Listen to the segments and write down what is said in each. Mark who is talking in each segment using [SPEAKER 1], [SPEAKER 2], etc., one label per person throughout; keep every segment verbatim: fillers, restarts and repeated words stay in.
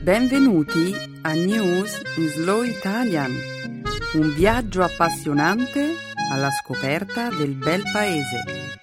[SPEAKER 1] Benvenuti a News in Slow Italian, un viaggio appassionante alla scoperta del bel paese.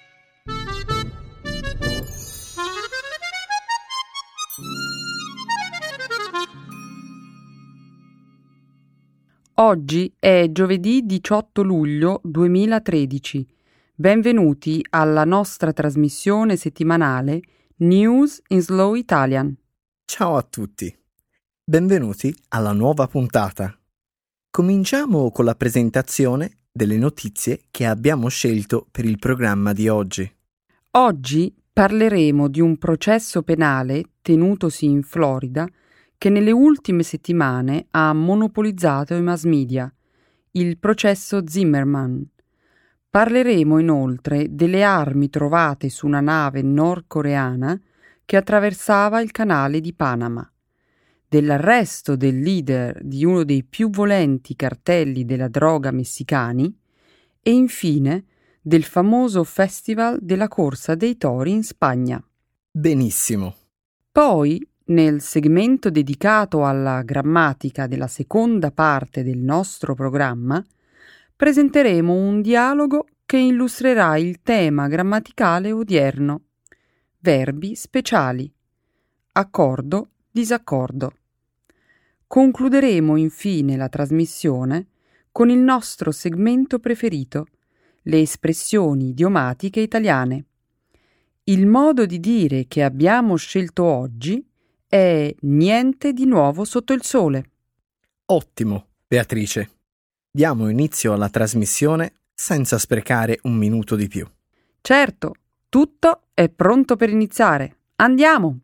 [SPEAKER 1] Oggi è giovedì diciotto luglio duemilatredici. Benvenuti alla nostra trasmissione settimanale News in Slow Italian.
[SPEAKER 2] Ciao a tutti, benvenuti alla nuova puntata. Cominciamo con la presentazione delle notizie che abbiamo scelto per il programma di oggi.
[SPEAKER 1] Oggi parleremo di un processo penale tenutosi in Florida che nelle ultime settimane ha monopolizzato i mass media, il processo Zimmerman. Parleremo inoltre delle armi trovate su una nave nordcoreana che attraversava il canale di Panama, dell'arresto del leader di uno dei più violenti cartelli della droga messicani e infine del famoso Festival della Corsa dei Tori in Spagna.
[SPEAKER 2] Benissimo.
[SPEAKER 1] Poi, nel segmento dedicato alla grammatica della seconda parte del nostro programma, presenteremo un dialogo che illustrerà il tema grammaticale odierno: verbi speciali, accordo, disaccordo. Concluderemo infine la trasmissione con il nostro segmento preferito, le espressioni idiomatiche italiane. Il modo di dire che abbiamo scelto oggi è niente di nuovo sotto il sole.
[SPEAKER 2] Ottimo, Beatrice. Diamo inizio alla trasmissione senza sprecare un minuto di più.
[SPEAKER 1] Certo, tutto è pronto per iniziare. Andiamo!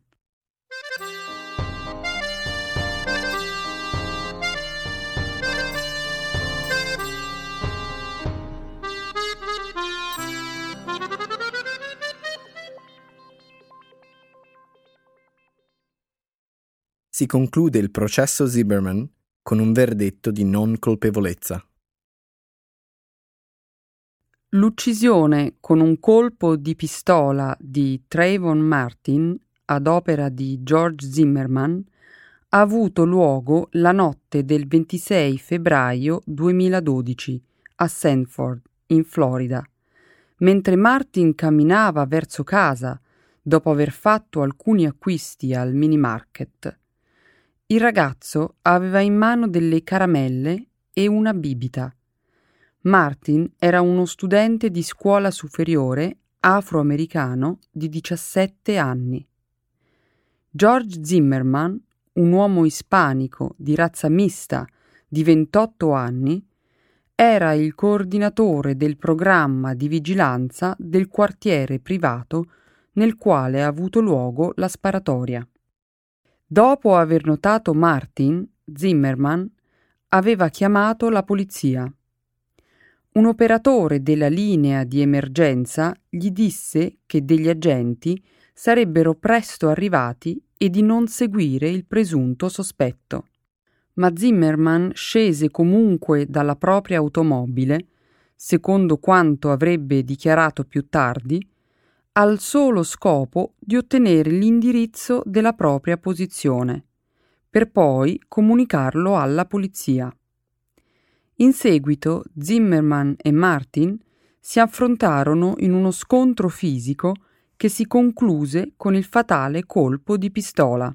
[SPEAKER 2] Si conclude il processo Zimmerman con un verdetto di non colpevolezza.
[SPEAKER 1] L'uccisione con un colpo di pistola di Trayvon Martin, ad opera di George Zimmerman, ha avuto luogo la notte del ventisei febbraio duemiladodici a Sanford, in Florida, mentre Martin camminava verso casa dopo aver fatto alcuni acquisti al mini market. Il ragazzo aveva in mano delle caramelle e una bibita. Martin era uno studente di scuola superiore afroamericano di diciassette anni. George Zimmerman, un uomo ispanico di razza mista di ventotto anni, era il coordinatore del programma di vigilanza del quartiere privato nel quale ha avuto luogo la sparatoria. Dopo aver notato Martin, Zimmerman aveva chiamato la polizia. Un operatore della linea di emergenza gli disse che degli agenti sarebbero presto arrivati e di non seguire il presunto sospetto. Ma Zimmerman scese comunque dalla propria automobile, secondo quanto avrebbe dichiarato più tardi, al solo scopo di ottenere l'indirizzo della propria posizione, per poi comunicarlo alla polizia. In seguito Zimmerman e Martin si affrontarono in uno scontro fisico che si concluse con il fatale colpo di pistola.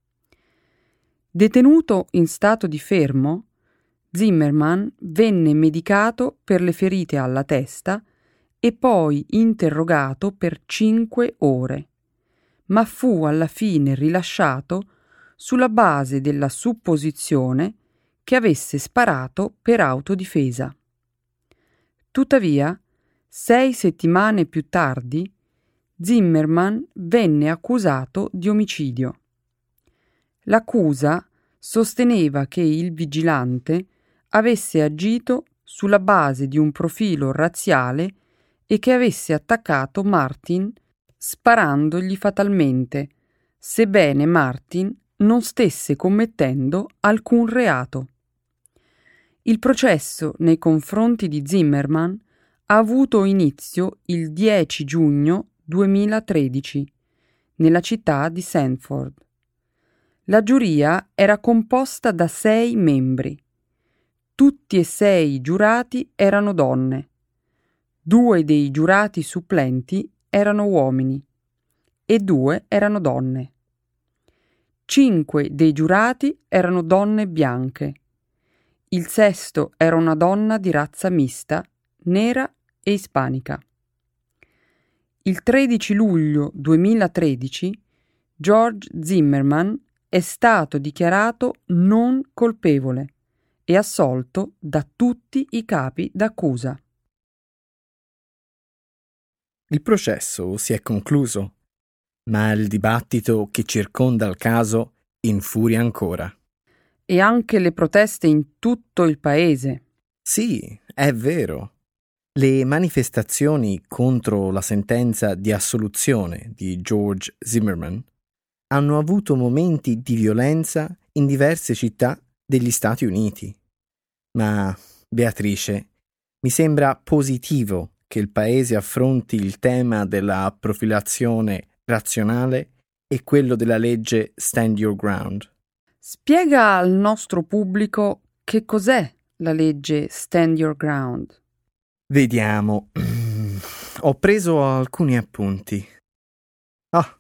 [SPEAKER 1] Detenuto in stato di fermo, Zimmerman venne medicato per le ferite alla testa e poi interrogato per cinque ore, ma fu alla fine rilasciato sulla base della supposizione che avesse sparato per autodifesa. Tuttavia, sei settimane più tardi, Zimmerman venne accusato di omicidio. L'accusa sosteneva che il vigilante avesse agito sulla base di un profilo razziale e che avesse attaccato Martin sparandogli fatalmente, sebbene Martin non stesse commettendo alcun reato. Il processo nei confronti di Zimmerman ha avuto inizio il dieci giugno duemilatredici nella città di Sanford. La giuria era composta da sei membri. Tutti e sei i giurati erano donne. Due dei giurati supplenti erano uomini e due erano donne. Cinque dei giurati erano donne bianche. Il sesto era una donna di razza mista, nera e ispanica. Il tredici luglio duemilatredici George Zimmerman è stato dichiarato non colpevole e assolto da tutti i capi d'accusa.
[SPEAKER 2] Il processo si è concluso, ma il dibattito che circonda il caso infuria ancora.
[SPEAKER 1] E anche le proteste in tutto il paese.
[SPEAKER 2] Sì, è vero. Le manifestazioni contro la sentenza di assoluzione di George Zimmerman hanno avuto momenti di violenza in diverse città degli Stati Uniti. Ma, Beatrice, mi sembra positivo che il Paese affronti il tema della profilazione razionale e quello della legge Stand Your Ground.
[SPEAKER 1] Spiega al nostro pubblico che cos'è la legge Stand Your Ground.
[SPEAKER 2] Vediamo. Ho preso alcuni appunti. Ah.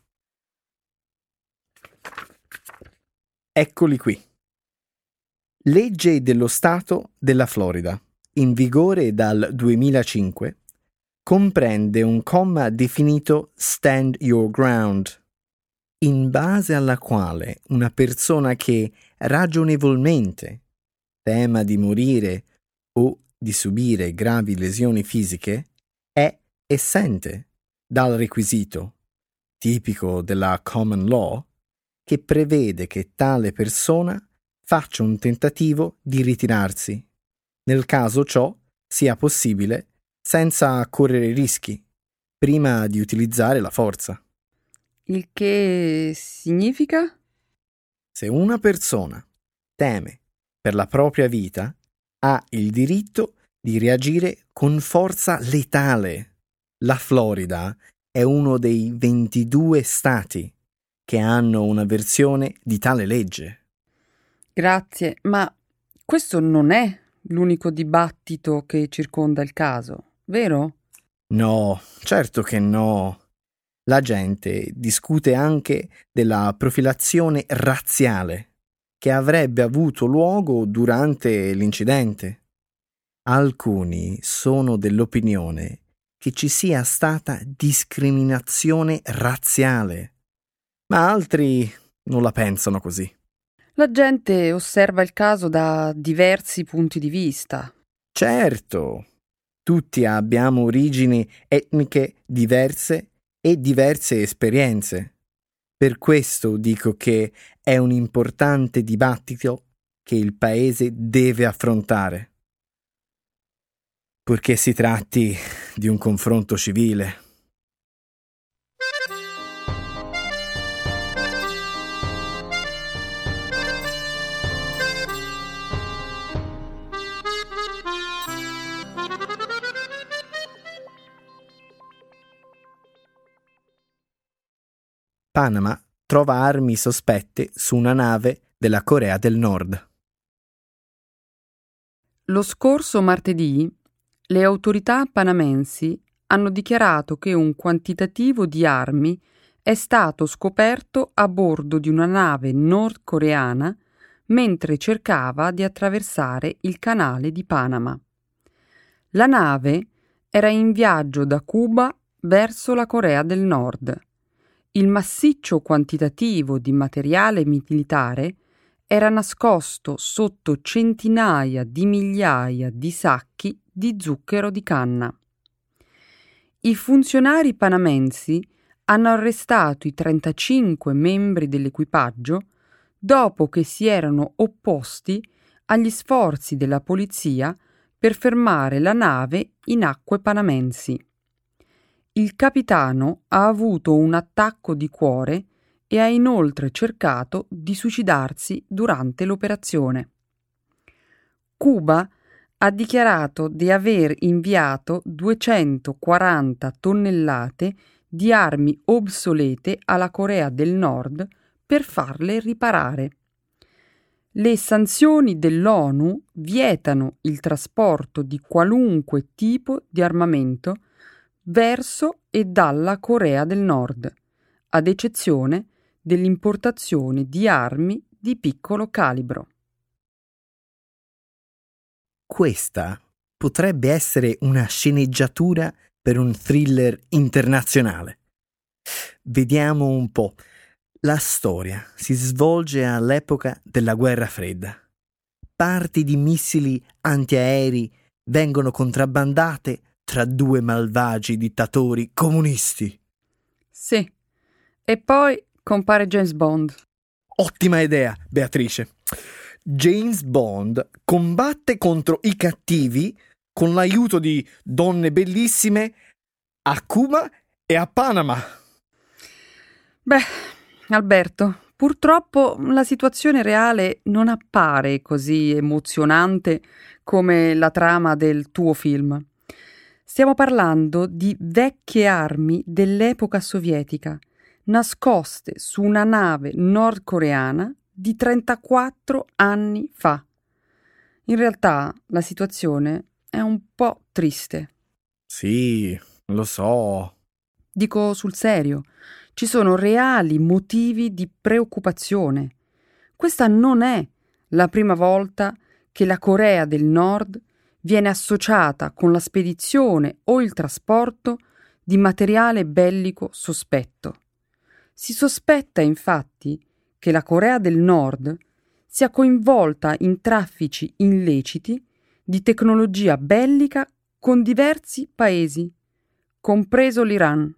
[SPEAKER 2] Eccoli qui. Legge dello Stato della Florida, in vigore dal duemilacinque, comprende un comma definito Stand Your Ground, in base alla quale una persona che ragionevolmente tema di morire o di subire gravi lesioni fisiche è esente dal requisito, tipico della common law, che prevede che tale persona faccia un tentativo di ritirarsi, nel caso ciò sia possibile senza correre rischi, prima di utilizzare la forza.
[SPEAKER 1] Il che significa?
[SPEAKER 2] Se una persona teme per la propria vita, ha il diritto di reagire con forza letale. La Florida è uno dei ventidue stati che hanno una versione di tale legge.
[SPEAKER 1] Grazie, ma questo non è l'unico dibattito che circonda il caso, vero?
[SPEAKER 2] No, certo che no. La gente discute anche della profilazione razziale che avrebbe avuto luogo durante l'incidente. Alcuni sono dell'opinione che ci sia stata discriminazione razziale, ma altri non la pensano così.
[SPEAKER 1] La gente osserva il caso da diversi punti di vista.
[SPEAKER 2] Certo, tutti abbiamo origini etniche diverse e diverse esperienze. Per questo dico che è un importante dibattito che il Paese deve affrontare, purché si tratti di un confronto civile. Panama trova armi sospette su una nave della Corea del Nord.
[SPEAKER 1] Lo scorso martedì le autorità panamensi hanno dichiarato che un quantitativo di armi è stato scoperto a bordo di una nave nordcoreana mentre cercava di attraversare il canale di Panama. La nave era in viaggio da Cuba verso la Corea del Nord. Il massiccio quantitativo di materiale militare era nascosto sotto centinaia di migliaia di sacchi di zucchero di canna. I funzionari panamensi hanno arrestato i trentacinque membri dell'equipaggio dopo che si erano opposti agli sforzi della polizia per fermare la nave in acque panamensi. Il capitano ha avuto un attacco di cuore e ha inoltre cercato di suicidarsi durante l'operazione. Cuba ha dichiarato di aver inviato duecentoquaranta tonnellate di armi obsolete alla Corea del Nord per farle riparare. Le sanzioni dell'ONU vietano il trasporto di qualunque tipo di armamento verso e dalla Corea del Nord, ad eccezione dell'importazione di armi di piccolo calibro.
[SPEAKER 2] Questa potrebbe essere una sceneggiatura per un thriller internazionale. Vediamo un po'. La storia si svolge all'epoca della Guerra Fredda. Parti di missili antiaerei vengono contrabbandate tra due malvagi dittatori comunisti.
[SPEAKER 1] Sì, e poi compare James Bond.
[SPEAKER 2] Ottima idea, Beatrice. James Bond combatte contro i cattivi con l'aiuto di donne bellissime a Cuba e a Panama.
[SPEAKER 1] Beh, Alberto, purtroppo la situazione reale non appare così emozionante come la trama del tuo film. Stiamo parlando di vecchie armi dell'epoca sovietica, nascoste su una nave nordcoreana di trentaquattro anni fa. In realtà la situazione è un po' triste.
[SPEAKER 2] Sì, lo so.
[SPEAKER 1] Dico sul serio, ci sono reali motivi di preoccupazione. Questa non è la prima volta che la Corea del Nord viene associata con la spedizione o il trasporto di materiale bellico sospetto. Si sospetta infatti che la Corea del Nord sia coinvolta in traffici illeciti di tecnologia bellica con diversi paesi, compreso l'Iran.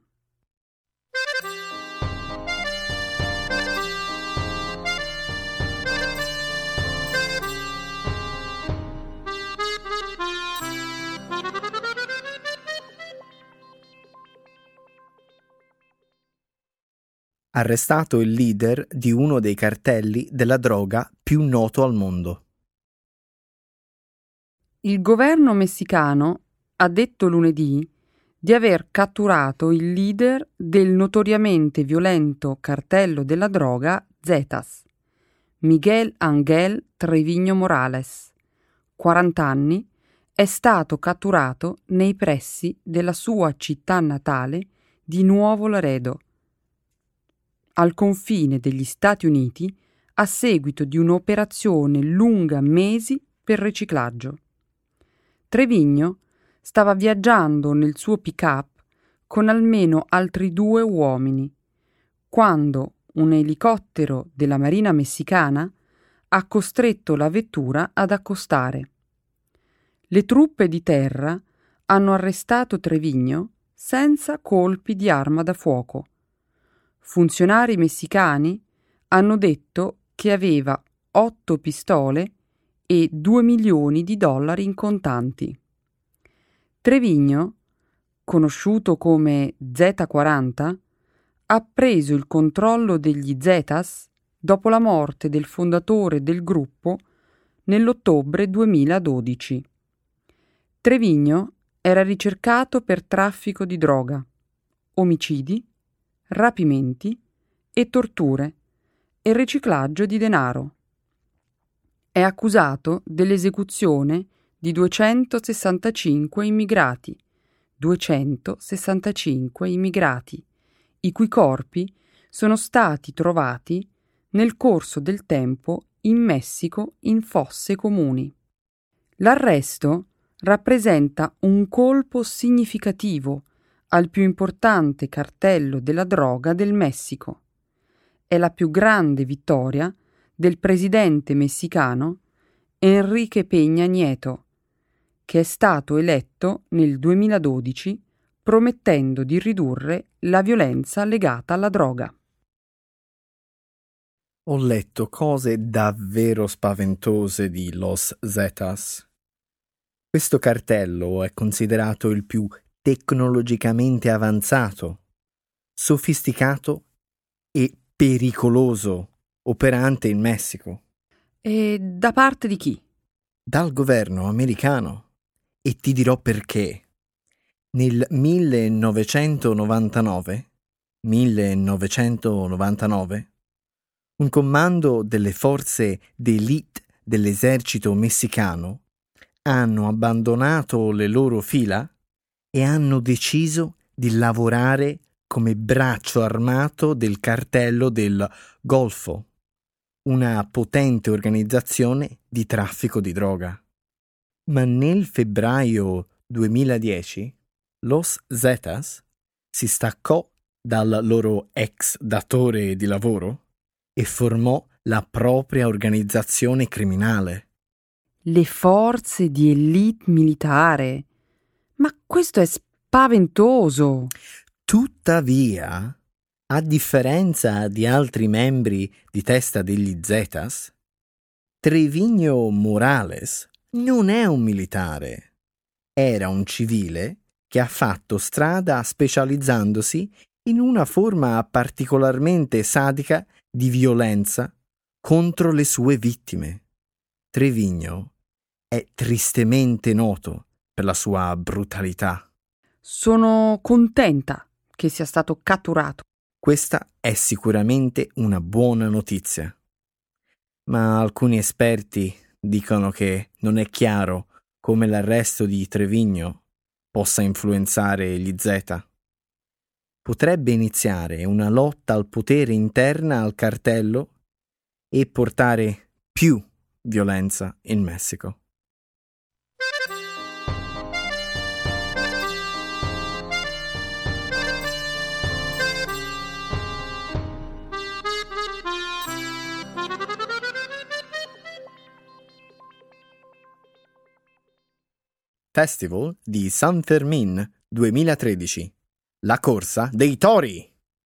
[SPEAKER 2] Arrestato il leader di uno dei cartelli della droga più noto al mondo.
[SPEAKER 1] Il governo messicano ha detto lunedì di aver catturato il leader del notoriamente violento cartello della droga Zetas, Miguel Ángel Trevino Morales, quaranta anni, è stato catturato nei pressi della sua città natale di Nuovo Laredo, al confine degli Stati Uniti, a seguito di un'operazione lunga mesi per riciclaggio. Trevino stava viaggiando nel suo pick-up con almeno altri due uomini, quando un elicottero della Marina messicana ha costretto la vettura ad accostare. Le truppe di terra hanno arrestato Trevino senza colpi di arma da fuoco. Funzionari messicani hanno detto che aveva otto pistole e due milioni di dollari in contanti. Trevino, conosciuto come zeta quaranta, ha preso il controllo degli Zetas dopo la morte del fondatore del gruppo nell'ottobre duemiladodici. Trevino era ricercato per traffico di droga, omicidi, rapimenti e torture e riciclaggio di denaro. È accusato dell'esecuzione di duecentosessantacinque immigrati, duecentosessantacinque immigrati, i cui corpi sono stati trovati nel corso del tempo in Messico in fosse comuni. L'arresto rappresenta un colpo significativo al più importante cartello della droga del Messico. È la più grande vittoria del presidente messicano Enrique Peña Nieto, che è stato eletto nel duemiladodici promettendo di ridurre la violenza legata alla droga.
[SPEAKER 2] Ho letto cose davvero spaventose di Los Zetas. Questo cartello è considerato il più tecnologicamente avanzato, sofisticato e pericoloso operante in Messico.
[SPEAKER 1] E da parte di chi?
[SPEAKER 2] Dal governo americano. E ti dirò perché. Nel millenovecentonovantanove, millenovecentonovantanove, Un comando delle forze d'élite dell'esercito messicano hanno abbandonato le loro fila e hanno deciso di lavorare come braccio armato del cartello del Golfo, una potente organizzazione di traffico di droga. Ma nel febbraio duemiladieci Los Zetas si staccò dal loro ex datore di lavoro e formò la propria organizzazione criminale.
[SPEAKER 1] Le forze di élite militare. Ma questo è spaventoso.
[SPEAKER 2] Tuttavia, a differenza di altri membri di testa degli Zetas, Trevino Morales non è un militare. Era un civile che ha fatto strada specializzandosi in una forma particolarmente sadica di violenza contro le sue vittime. Trevino è tristemente noto per la sua brutalità.
[SPEAKER 1] Sono contenta che sia stato catturato.
[SPEAKER 2] Questa è sicuramente una buona notizia. Ma alcuni esperti dicono che non è chiaro come l'arresto di Trevino possa influenzare gli Zeta. Potrebbe iniziare una lotta al potere interna al cartello e portare più violenza in Messico. Festival di San Fermín duemilatredici. La corsa dei tori.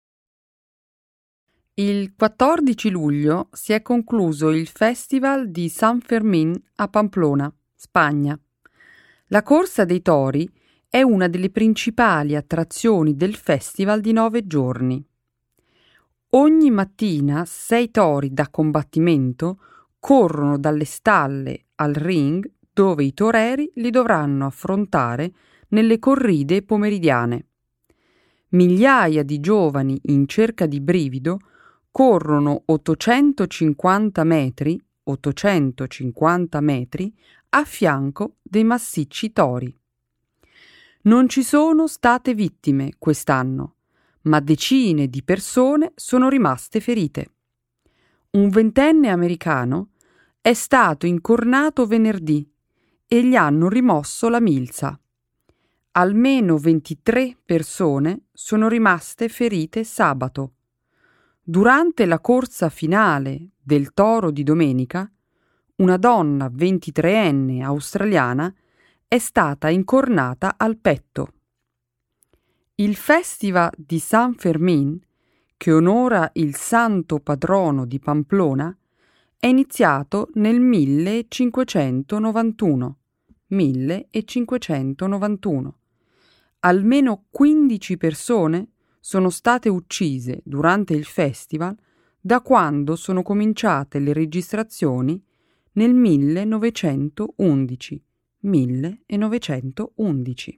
[SPEAKER 1] Il quattordici luglio si è concluso il Festival di San Fermín a Pamplona, Spagna. La corsa dei tori è una delle principali attrazioni del festival di nove giorni. Ogni mattina sei tori da combattimento corrono dalle stalle al ring dove i toreri li dovranno affrontare nelle corride pomeridiane. Migliaia di giovani in cerca di brivido corrono ottocentocinquanta metri, ottocentocinquanta metri a fianco dei massicci tori. Non ci sono state vittime quest'anno, ma decine di persone sono rimaste ferite. Un ventenne americano è stato incornato venerdì e gli hanno rimosso la milza. Almeno ventitré persone sono rimaste ferite sabato. Durante la corsa finale del toro di domenica, una donna ventitreenne australiana è stata incornata al petto. Il Festival di San Fermín, che onora il santo patrono di Pamplona, è iniziato nel millecinquecentonovantuno. millecinquecentonovantuno. Almeno quindici persone sono state uccise durante il festival da quando sono cominciate le registrazioni nel millenovecentoundici. millenovecentoundici.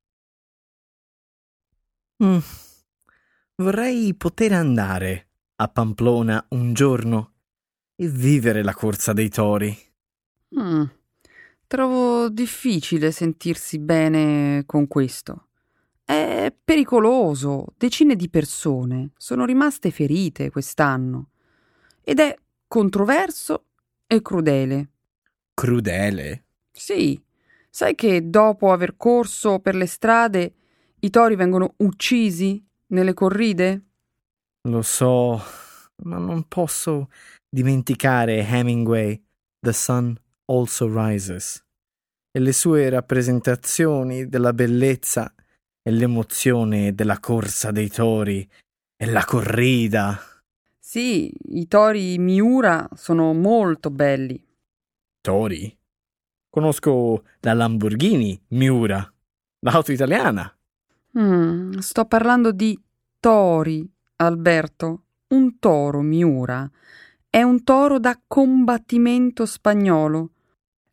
[SPEAKER 2] Mm. Vorrei poter andare a Pamplona un giorno e vivere la corsa dei tori.
[SPEAKER 1] Mm. Trovo difficile sentirsi bene con questo. È pericoloso, decine di persone sono rimaste ferite quest'anno ed è controverso e crudele.
[SPEAKER 2] Crudele?
[SPEAKER 1] Sì, sai che dopo aver corso per le strade i tori vengono uccisi nelle corride?
[SPEAKER 2] Lo so, ma non posso dimenticare Hemingway, The Sun Also Rises, e le sue rappresentazioni della bellezza e l'emozione della corsa dei tori e la corrida.
[SPEAKER 1] Sì, i tori Miura sono molto belli.
[SPEAKER 2] Tori? Conosco la Lamborghini Miura, l'auto italiana.
[SPEAKER 1] Mm, sto parlando di tori, Alberto. Un toro Miura è un toro da combattimento spagnolo,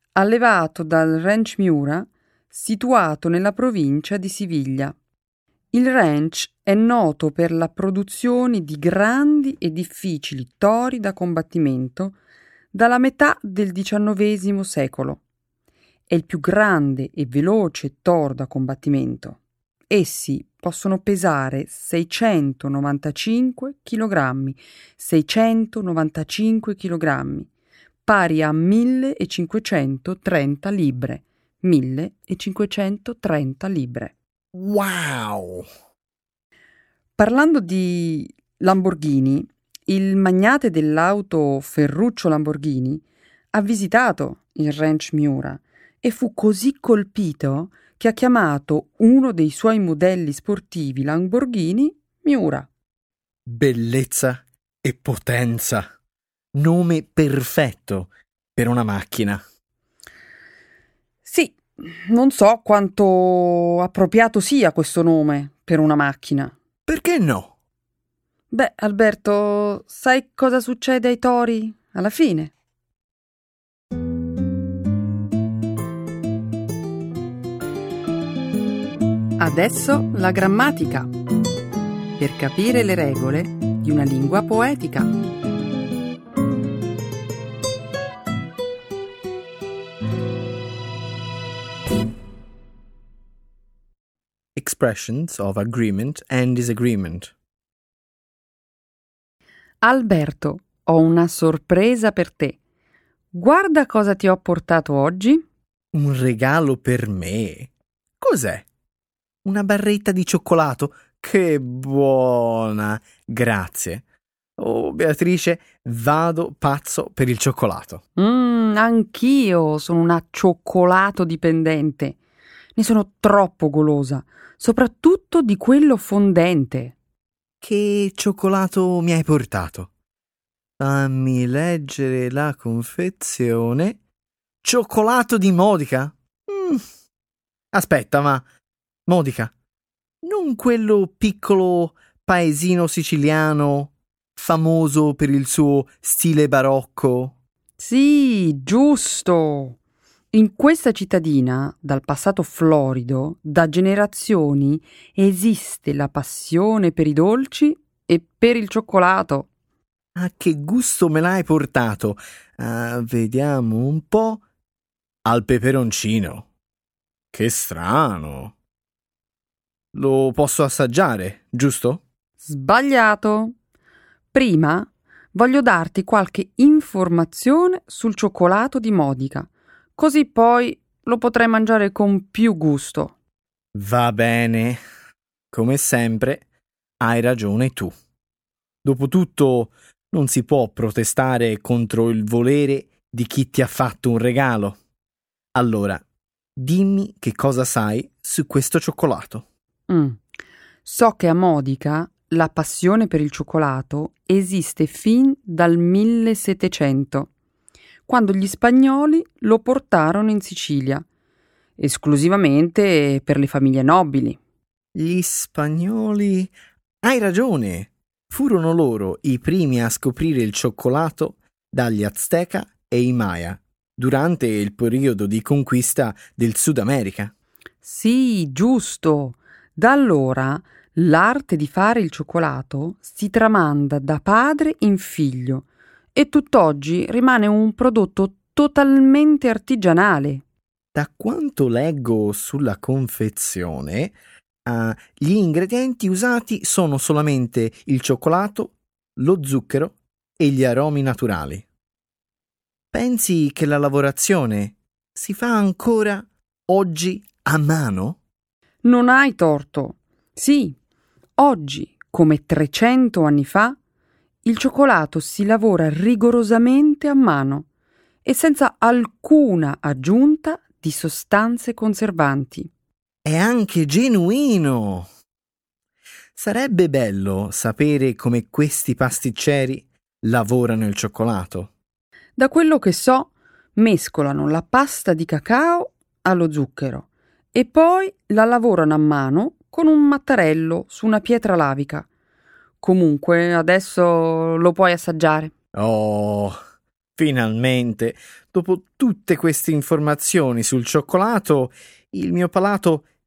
[SPEAKER 1] allevato dal Ranch Miura, situato nella provincia di Siviglia. Il ranch è noto per la produzione di grandi e difficili tori da combattimento dalla metà del diciannovesimo secolo. È il più grande e veloce toro da combattimento. Essi possono pesare seicentonovantacinque chilogrammi, seicentonovantacinque chilogrammi, pari a millecinquecentotrenta libbre, millecinquecentotrenta libbre.
[SPEAKER 2] Wow!
[SPEAKER 1] Parlando di Lamborghini, il magnate dell'auto Ferruccio Lamborghini ha visitato il ranch Miura e fu così colpito che ha chiamato uno dei suoi modelli sportivi Lamborghini Miura.
[SPEAKER 2] Bellezza e potenza. Nome perfetto per una macchina.
[SPEAKER 1] Sì, non so quanto appropriato sia questo nome per una macchina.
[SPEAKER 2] Perché no?
[SPEAKER 1] Beh, Alberto, sai cosa succede ai tori alla fine? Adesso la grammatica, per capire le regole di una lingua poetica.
[SPEAKER 2] Expressions of agreement and disagreement.
[SPEAKER 1] Alberto, ho una sorpresa per te. Guarda cosa ti ho portato oggi.
[SPEAKER 2] Un regalo per me? Cos'è? Una barretta di cioccolato? Che buona! Grazie. Oh, Beatrice, vado pazzo per il cioccolato.
[SPEAKER 1] Mmm, anch'io sono una cioccolato dipendente. Ne sono troppo golosa, soprattutto di quello fondente.
[SPEAKER 2] Che cioccolato mi hai portato? Fammi leggere la confezione. Cioccolato di Modica? Mm. Aspetta, ma Modica, non quello piccolo paesino siciliano famoso per il suo stile barocco?
[SPEAKER 1] Sì, giusto. In questa cittadina, dal passato florido, da generazioni, esiste la passione per i dolci e per il cioccolato.
[SPEAKER 2] A che gusto me l'hai portato? Uh, vediamo un po'. Al peperoncino. Che strano. Lo posso assaggiare, giusto?
[SPEAKER 1] Sbagliato. Prima voglio darti qualche informazione sul cioccolato di Modica, così poi lo potrai mangiare con più gusto.
[SPEAKER 2] Va bene. Come sempre, hai ragione tu. Dopotutto, non si può protestare contro il volere di chi ti ha fatto un regalo. Allora, dimmi che cosa sai su questo cioccolato.
[SPEAKER 1] Mm. So che a Modica la passione per il cioccolato esiste fin dal millesettecento, quando gli spagnoli lo portarono in Sicilia, esclusivamente per le famiglie nobili.
[SPEAKER 2] Gli spagnoli... Hai ragione! Furono loro i primi a scoprire il cioccolato dagli Azteca e i Maya, durante il periodo di conquista del Sud America.
[SPEAKER 1] Sì, giusto! Da allora l'arte di fare il cioccolato si tramanda da padre in figlio e tutt'oggi rimane un prodotto totalmente artigianale.
[SPEAKER 2] Da quanto leggo sulla confezione, uh, gli ingredienti usati sono solamente il cioccolato, lo zucchero e gli aromi naturali. Pensi che la lavorazione si fa ancora oggi a mano?
[SPEAKER 1] Non hai torto. Sì, oggi, come trecento anni fa, il cioccolato si lavora rigorosamente a mano e senza alcuna aggiunta di sostanze conservanti.
[SPEAKER 2] È anche genuino! Sarebbe bello sapere come questi pasticceri lavorano il cioccolato.
[SPEAKER 1] Da quello che so, mescolano la pasta di cacao allo zucchero e poi la lavorano a mano con un mattarello su una pietra lavica. Comunque, adesso lo puoi assaggiare.
[SPEAKER 2] Oh, finalmente! Dopo tutte queste informazioni sul cioccolato, il mio palato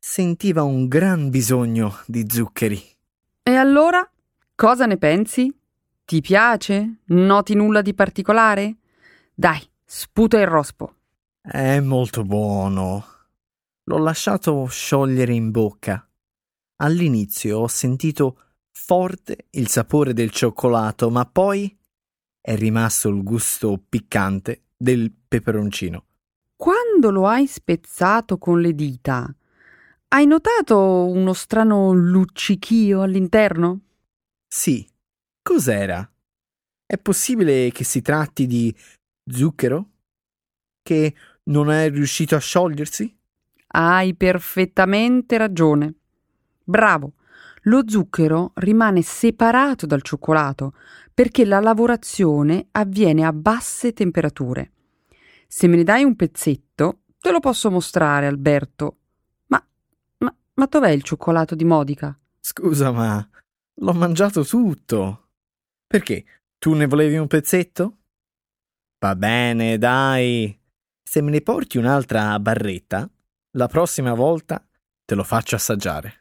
[SPEAKER 2] sentiva un gran bisogno di zuccheri.
[SPEAKER 1] E allora, cosa ne pensi? Ti piace? Noti nulla di particolare? Dai, sputa il rospo.
[SPEAKER 2] È molto buono. L'ho lasciato sciogliere in bocca. All'inizio ho sentito forte il sapore del cioccolato, ma poi è rimasto il gusto piccante del peperoncino.
[SPEAKER 1] Quando lo hai spezzato con le dita, hai notato uno strano luccichio all'interno?
[SPEAKER 2] Sì, cos'era? È possibile che si tratti di zucchero? Che non è riuscito a sciogliersi?
[SPEAKER 1] Hai perfettamente ragione. Bravo, lo zucchero rimane separato dal cioccolato perché la lavorazione avviene a basse temperature. Se me ne dai un pezzetto, te lo posso mostrare, Alberto. Ma, ma, ma dov'è il cioccolato di Modica?
[SPEAKER 2] Scusa, ma l'ho mangiato tutto. Perché? Tu ne volevi un pezzetto? Va bene, dai. Se me ne porti un'altra barretta, la prossima volta te lo faccio assaggiare.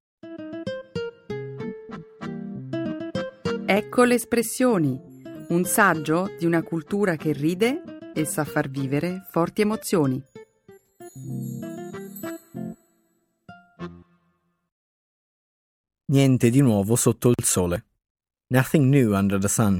[SPEAKER 1] Ecco le espressioni, un saggio di una cultura che ride e sa far vivere forti emozioni.
[SPEAKER 2] Niente di nuovo sotto il sole. Nothing new under the sun.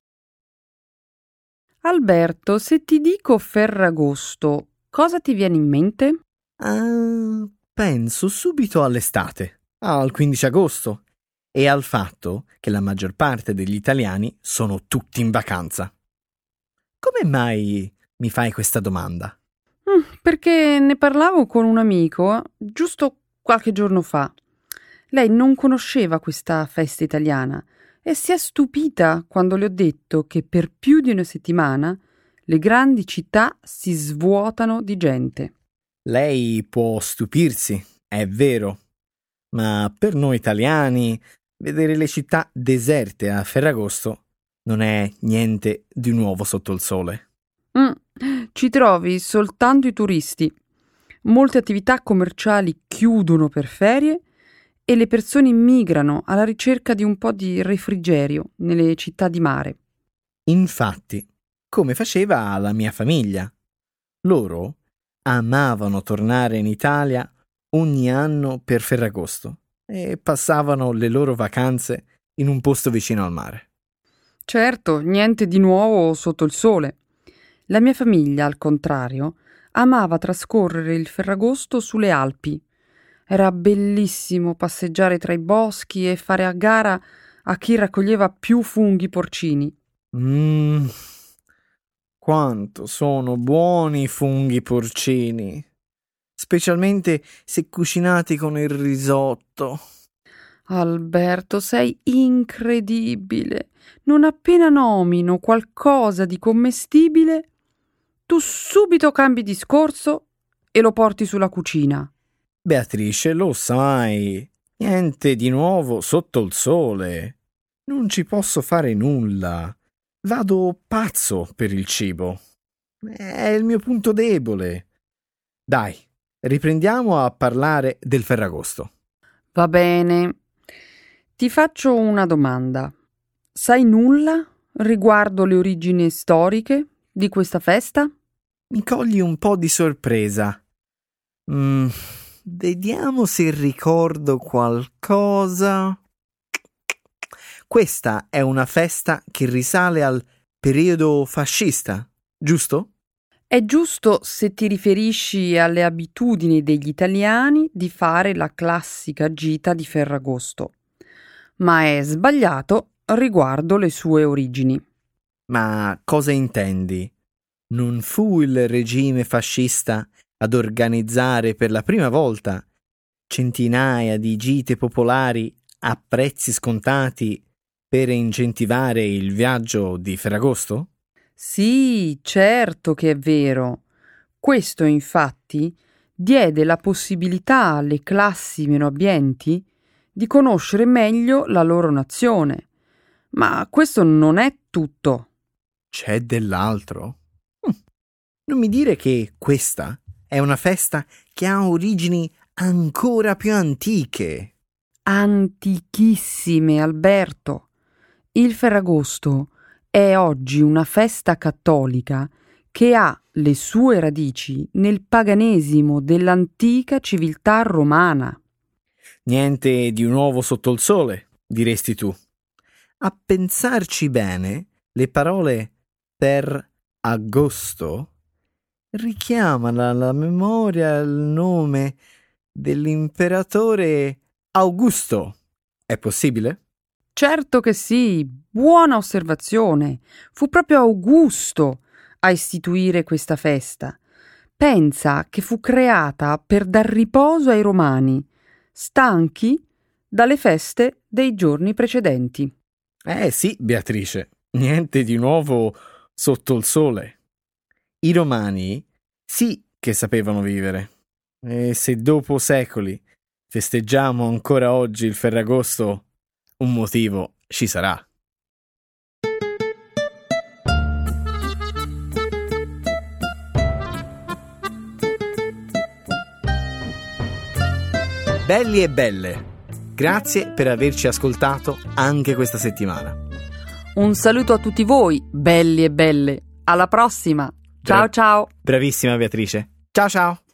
[SPEAKER 1] Alberto, se ti dico Ferragosto, cosa ti viene in mente?
[SPEAKER 2] Ah, penso subito all'estate, al quindici agosto, e al fatto che la maggior parte degli italiani sono tutti in vacanza. Come mai mi fai questa domanda?
[SPEAKER 1] Mm, perché ne parlavo con un amico giusto qualche giorno fa. Lei non conosceva questa festa italiana e si è stupita quando le ho detto che per più di una settimana le grandi città si svuotano di gente.
[SPEAKER 2] Lei può stupirsi, è vero, ma per noi italiani vedere le città deserte a Ferragosto non è niente di nuovo sotto il sole.
[SPEAKER 1] Mm, ci trovi soltanto i turisti. Molte attività commerciali chiudono per ferie e le persone migrano alla ricerca di un po' di refrigerio nelle città di mare.
[SPEAKER 2] Infatti, come faceva la mia famiglia. Loro amavano tornare in Italia ogni anno per Ferragosto e passavano le loro vacanze in un posto vicino al mare.
[SPEAKER 1] Certo, niente di nuovo sotto il sole. La mia famiglia, al contrario, amava trascorrere il Ferragosto sulle Alpi. Era bellissimo passeggiare tra i boschi e fare a gara a chi raccoglieva più funghi porcini.
[SPEAKER 2] Mmm, quanto sono buoni i funghi porcini, specialmente se cucinati con il risotto.
[SPEAKER 1] Alberto, sei incredibile. Non appena nomino qualcosa di commestibile, tu subito cambi discorso e lo porti sulla cucina.
[SPEAKER 2] Beatrice, lo sai, niente di nuovo sotto il sole. Non ci posso fare nulla. Vado pazzo per il cibo. È il mio punto debole. Dai, riprendiamo a parlare del Ferragosto.
[SPEAKER 1] Va bene. Ti faccio una domanda. Sai nulla riguardo le origini storiche di questa festa?
[SPEAKER 2] Mi cogli un po' di sorpresa. Mm, vediamo se ricordo qualcosa. Questa è una festa che risale al periodo fascista, giusto?
[SPEAKER 1] È giusto se ti riferisci alle abitudini degli italiani di fare la classica gita di Ferragosto, ma è sbagliato riguardo le sue origini.
[SPEAKER 2] Ma cosa intendi? Non fu il regime fascista ad organizzare per la prima volta centinaia di gite popolari a prezzi scontati per incentivare il viaggio di Ferragosto?
[SPEAKER 1] Sì, certo che è vero. Questo, infatti, diede la possibilità alle classi meno abbienti di conoscere meglio la loro nazione. Ma questo non è tutto.
[SPEAKER 2] C'è dell'altro? Hm. Non mi dire che questa è una festa che ha origini ancora più antiche.
[SPEAKER 1] Antichissime, Alberto. Il Ferragosto è oggi una festa cattolica che ha le sue radici nel paganesimo dell'antica civiltà romana.
[SPEAKER 2] Niente di nuovo sotto il sole, diresti tu. A pensarci bene, le parole per agosto richiamano alla memoria il nome dell'imperatore Augusto. È possibile?
[SPEAKER 1] Certo che sì, buona osservazione. Fu proprio Augusto a istituire questa festa. Pensa che fu creata per dar riposo ai romani, stanchi dalle feste dei giorni precedenti.
[SPEAKER 2] Eh sì, Beatrice, niente di nuovo sotto il sole. I romani sì che sapevano vivere. E se dopo secoli festeggiamo ancora oggi il Ferragosto, un motivo ci sarà. Belli e belle, grazie per averci ascoltato anche questa settimana.
[SPEAKER 1] Un saluto a tutti voi, belli e belle. Alla prossima. Ciao
[SPEAKER 2] Bra-
[SPEAKER 1] ciao.
[SPEAKER 2] Bravissima Beatrice. Ciao ciao.